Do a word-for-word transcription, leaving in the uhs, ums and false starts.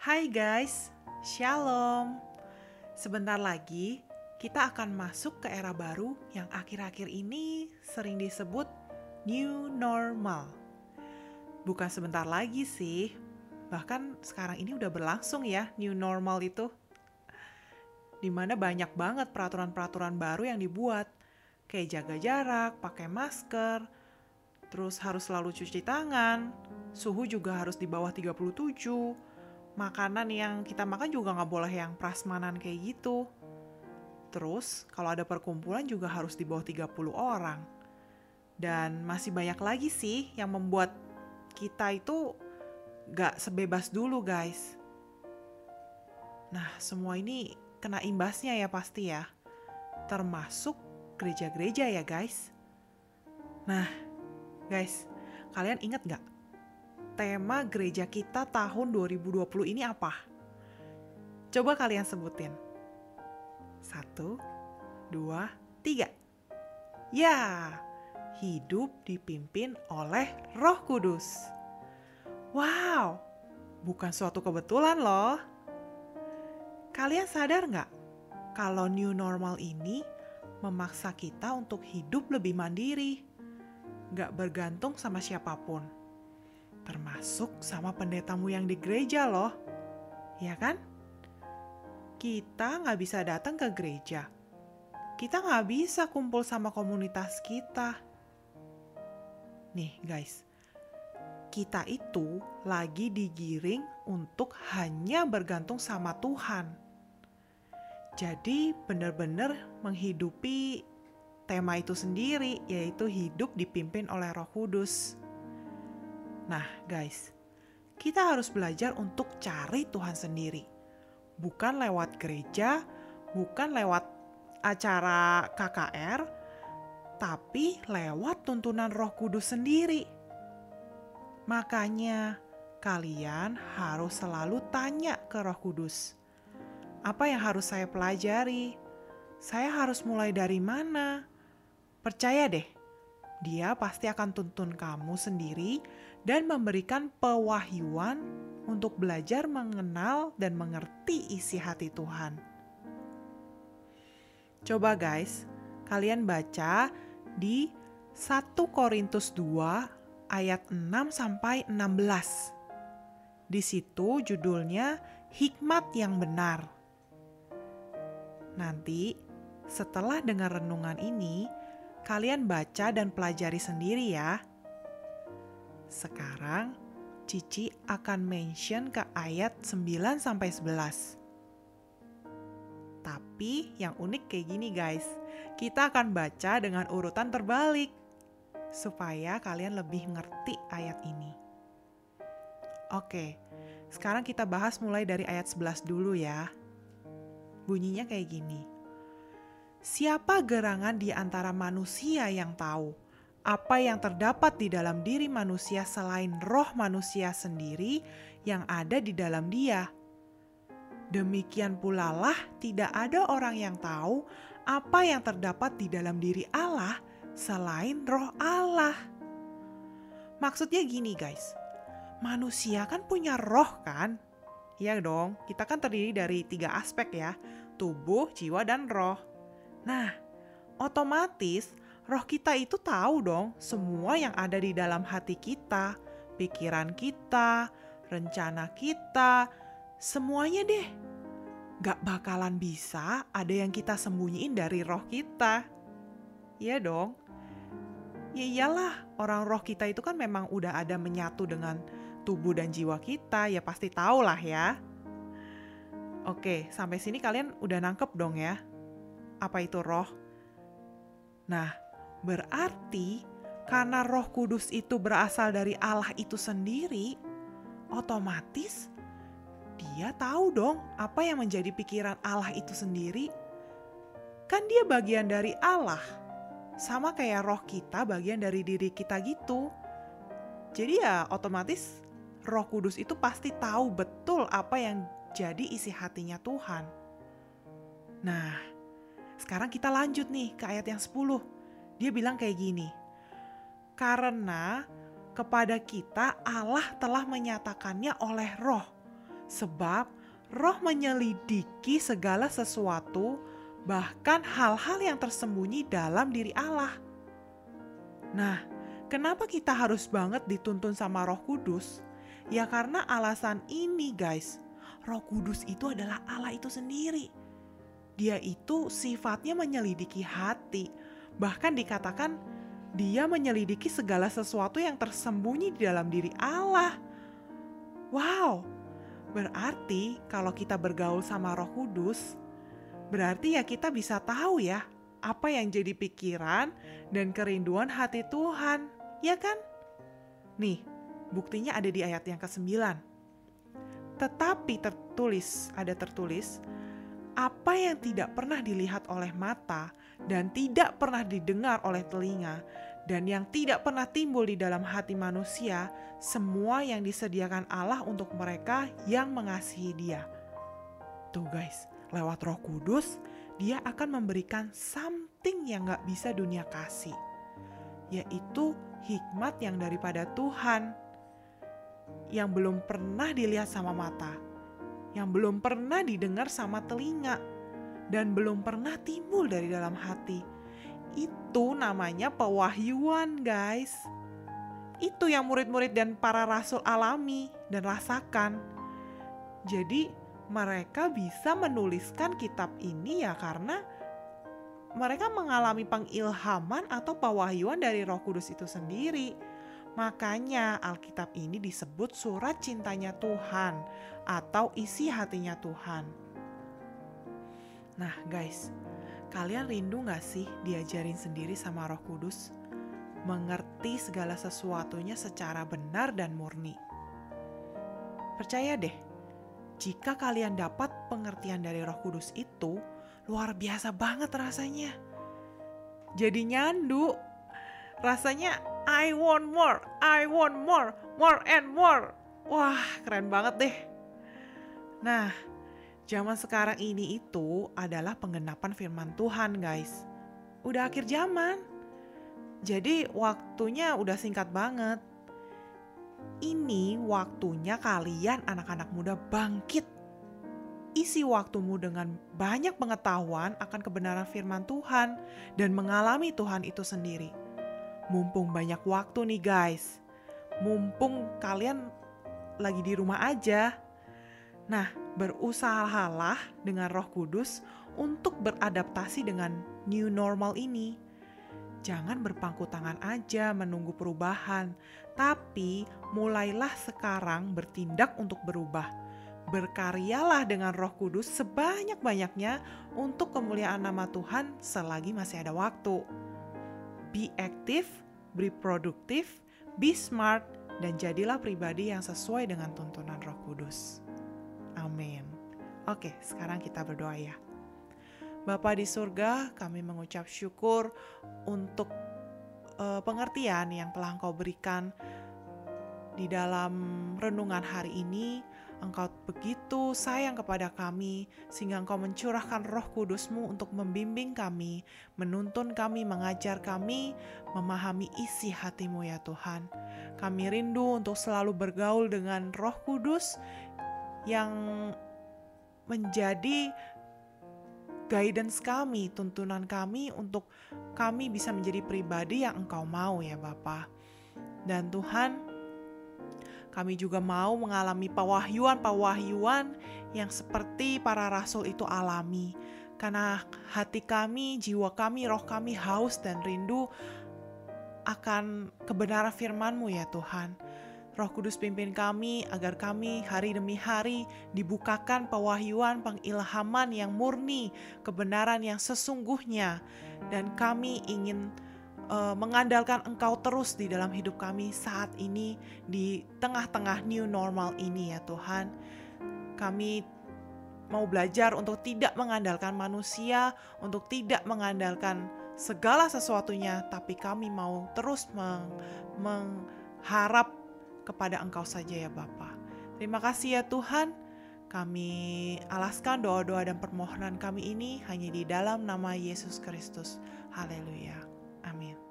Hai guys, Shalom. Sebentar lagi kita akan masuk ke era baru yang akhir-akhir ini sering disebut New Normal. Bukan sebentar lagi sih, bahkan sekarang ini udah berlangsung ya New Normal itu. Dimana banyak banget peraturan-peraturan baru yang dibuat. Kayak jaga jarak, pakai masker, terus harus selalu cuci tangan, suhu juga harus di bawah tiga puluh tujuh. Makanan yang kita makan juga nggak boleh yang prasmanan kayak gitu. Terus kalau ada perkumpulan juga harus di bawah tiga puluh orang. Dan masih banyak lagi sih yang membuat kita itu nggak sebebas dulu guys. Nah semua ini kena imbasnya ya pasti ya. Termasuk gereja-gereja ya guys. Nah guys, kalian ingat nggak? Tema gereja kita tahun dua ribu dua puluh ini apa? Coba kalian sebutin. Satu, dua, tiga. Ya, hidup dipimpin oleh Roh Kudus. Wow, bukan suatu kebetulan loh. Kalian sadar nggak kalau new normal ini memaksa kita untuk hidup lebih mandiri, nggak bergantung sama siapapun. Termasuk sama pendetamu yang di gereja loh, ya kan? Kita nggak bisa datang ke gereja. Kita nggak bisa kumpul sama komunitas kita. Nih guys, kita itu lagi digiring untuk hanya bergantung sama Tuhan. Jadi benar-benar menghidupi tema itu sendiri, yaitu hidup dipimpin oleh Roh Kudus. Nah guys, kita harus belajar untuk cari Tuhan sendiri. Bukan lewat gereja, bukan lewat acara K K R, tapi lewat tuntunan Roh Kudus sendiri. Makanya kalian harus selalu tanya ke Roh Kudus. Apa yang harus saya pelajari? Saya harus mulai dari mana? Percaya deh, Dia pasti akan tuntun kamu sendiri dan memberikan pewahyuan untuk belajar mengenal dan mengerti isi hati Tuhan. Coba guys, kalian baca di satu Korintus dua ayat enam sampai enam belas. Di situ judulnya Hikmat yang Benar. Nanti setelah dengar renungan ini, kalian baca dan pelajari sendiri ya. Sekarang Cici akan mention ke ayat sembilan sampai sebelas. Tapi yang unik kayak gini guys, kita akan baca dengan urutan terbalik supaya kalian lebih ngerti ayat ini. Oke, sekarang kita bahas mulai dari ayat sebelas dulu ya. Bunyinya kayak gini. Siapa gerangan di antara manusia yang tahu apa yang terdapat di dalam diri manusia selain roh manusia sendiri yang ada di dalam dia? Demikian pula lah tidak ada orang yang tahu apa yang terdapat di dalam diri Allah selain roh Allah. Maksudnya gini guys, manusia kan punya roh kan? Iya dong, kita kan terdiri dari tiga aspek ya, tubuh, jiwa, dan roh. Nah, otomatis roh kita itu tahu dong semua yang ada di dalam hati kita, pikiran kita, rencana kita, semuanya deh. Gak bakalan bisa ada yang kita sembunyiin dari roh kita. Iya dong. Ya iyalah, orang roh kita itu kan memang udah ada menyatu dengan tubuh dan jiwa kita, ya pasti tahu lah ya. Oke, sampai sini kalian udah nangkep dong ya? Apa itu roh? Nah, berarti karena Roh Kudus itu berasal dari Allah itu sendiri, otomatis Dia tahu dong apa yang menjadi pikiran Allah itu sendiri. Kan Dia bagian dari Allah, sama kayak roh kita bagian dari diri kita gitu. Jadi ya otomatis Roh Kudus itu pasti tahu betul apa yang jadi isi hatinya Tuhan. Nah, sekarang kita lanjut nih ke ayat yang sepuluh. Dia bilang kayak gini. Karena kepada kita Allah telah menyatakannya oleh roh. Sebab Roh menyelidiki segala sesuatu, bahkan hal-hal yang tersembunyi dalam diri Allah. Nah, kenapa kita harus banget dituntun sama Roh Kudus? Ya karena alasan ini guys, Roh Kudus itu adalah Allah itu sendiri. Dia itu sifatnya menyelidiki hati. Bahkan dikatakan dia menyelidiki segala sesuatu yang tersembunyi di dalam diri Allah. Wow, berarti kalau kita bergaul sama Roh Kudus, berarti ya kita bisa tahu ya apa yang jadi pikiran dan kerinduan hati Tuhan, ya kan? Nih, buktinya ada di ayat yang kesembilan. Tetapi tertulis, ada tertulis, apa yang tidak pernah dilihat oleh mata dan tidak pernah didengar oleh telinga dan yang tidak pernah timbul di dalam hati manusia, semua yang disediakan Allah untuk mereka yang mengasihi Dia. Tuh guys, lewat Roh Kudus, Dia akan memberikan something yang gak bisa dunia kasih, yaitu hikmat yang daripada Tuhan, yang belum pernah dilihat sama mata, yang belum pernah didengar sama telinga, dan belum pernah timbul dari dalam hati. Itu namanya pewahyuan guys. Itu yang murid-murid dan para rasul alami dan rasakan. Jadi mereka bisa menuliskan kitab ini ya karena mereka mengalami pengilhaman atau pewahyuan dari Roh Kudus itu sendiri. Makanya Alkitab ini disebut surat cintanya Tuhan atau isi hatinya Tuhan. Nah guys, kalian rindu gak sih diajarin sendiri sama Roh Kudus? Mengerti segala sesuatunya secara benar dan murni. Percaya deh, jika kalian dapat pengertian dari Roh Kudus itu, luar biasa banget rasanya. Jadi nyandu, rasanya I want more, I want more, more and more. Wah, keren banget deh. Nah, zaman sekarang ini itu adalah penggenapan firman Tuhan guys. Udah akhir zaman. Jadi waktunya udah singkat banget. Ini waktunya kalian anak-anak muda bangkit. Isi waktumu dengan banyak pengetahuan akan kebenaran firman Tuhan dan mengalami Tuhan itu sendiri. Mumpung banyak waktu nih guys. Mumpung kalian lagi di rumah aja. Nah, berusahalah dengan Roh Kudus untuk beradaptasi dengan new normal ini. Jangan berpangku tangan aja menunggu perubahan, tapi mulailah sekarang bertindak untuk berubah. Berkaryalah dengan Roh Kudus sebanyak-banyaknya untuk kemuliaan nama Tuhan selagi masih ada waktu. Be active, be produktif, be smart, dan jadilah pribadi yang sesuai dengan tuntunan Roh Kudus. Amin. Oke, sekarang kita berdoa ya. Bapa di surga, kami mengucap syukur untuk uh, pengertian yang telah Engkau berikan di dalam renungan hari ini. Engkau begitu sayang kepada kami, sehingga Engkau mencurahkan Roh Kudus-Mu untuk membimbing kami, menuntun kami, mengajar kami, memahami isi hati-Mu ya Tuhan. Kami rindu untuk selalu bergaul dengan Roh Kudus yang menjadi guidance kami, tuntunan kami untuk kami bisa menjadi pribadi yang Engkau mau ya Bapa. Dan Tuhan, kami juga mau mengalami pewahyuan-pewahyuan yang seperti para rasul itu alami. Karena hati kami, jiwa kami, roh kami haus dan rindu akan kebenaran firman-Mu ya Tuhan. Roh Kudus pimpin kami agar kami hari demi hari dibukakan pewahyuan, pengilhaman yang murni, kebenaran yang sesungguhnya. Dan kami ingin uh, mengandalkan Engkau terus di dalam hidup kami saat ini di tengah-tengah new normal ini ya Tuhan. Kami mau belajar untuk tidak mengandalkan manusia, untuk tidak mengandalkan segala sesuatunya, tapi kami mau terus meng- mengharap kepada Engkau saja ya Bapa. Terima kasih ya Tuhan. Kami alaskan doa-doa dan permohonan kami ini hanya di dalam nama Yesus Kristus. Haleluya. Amin.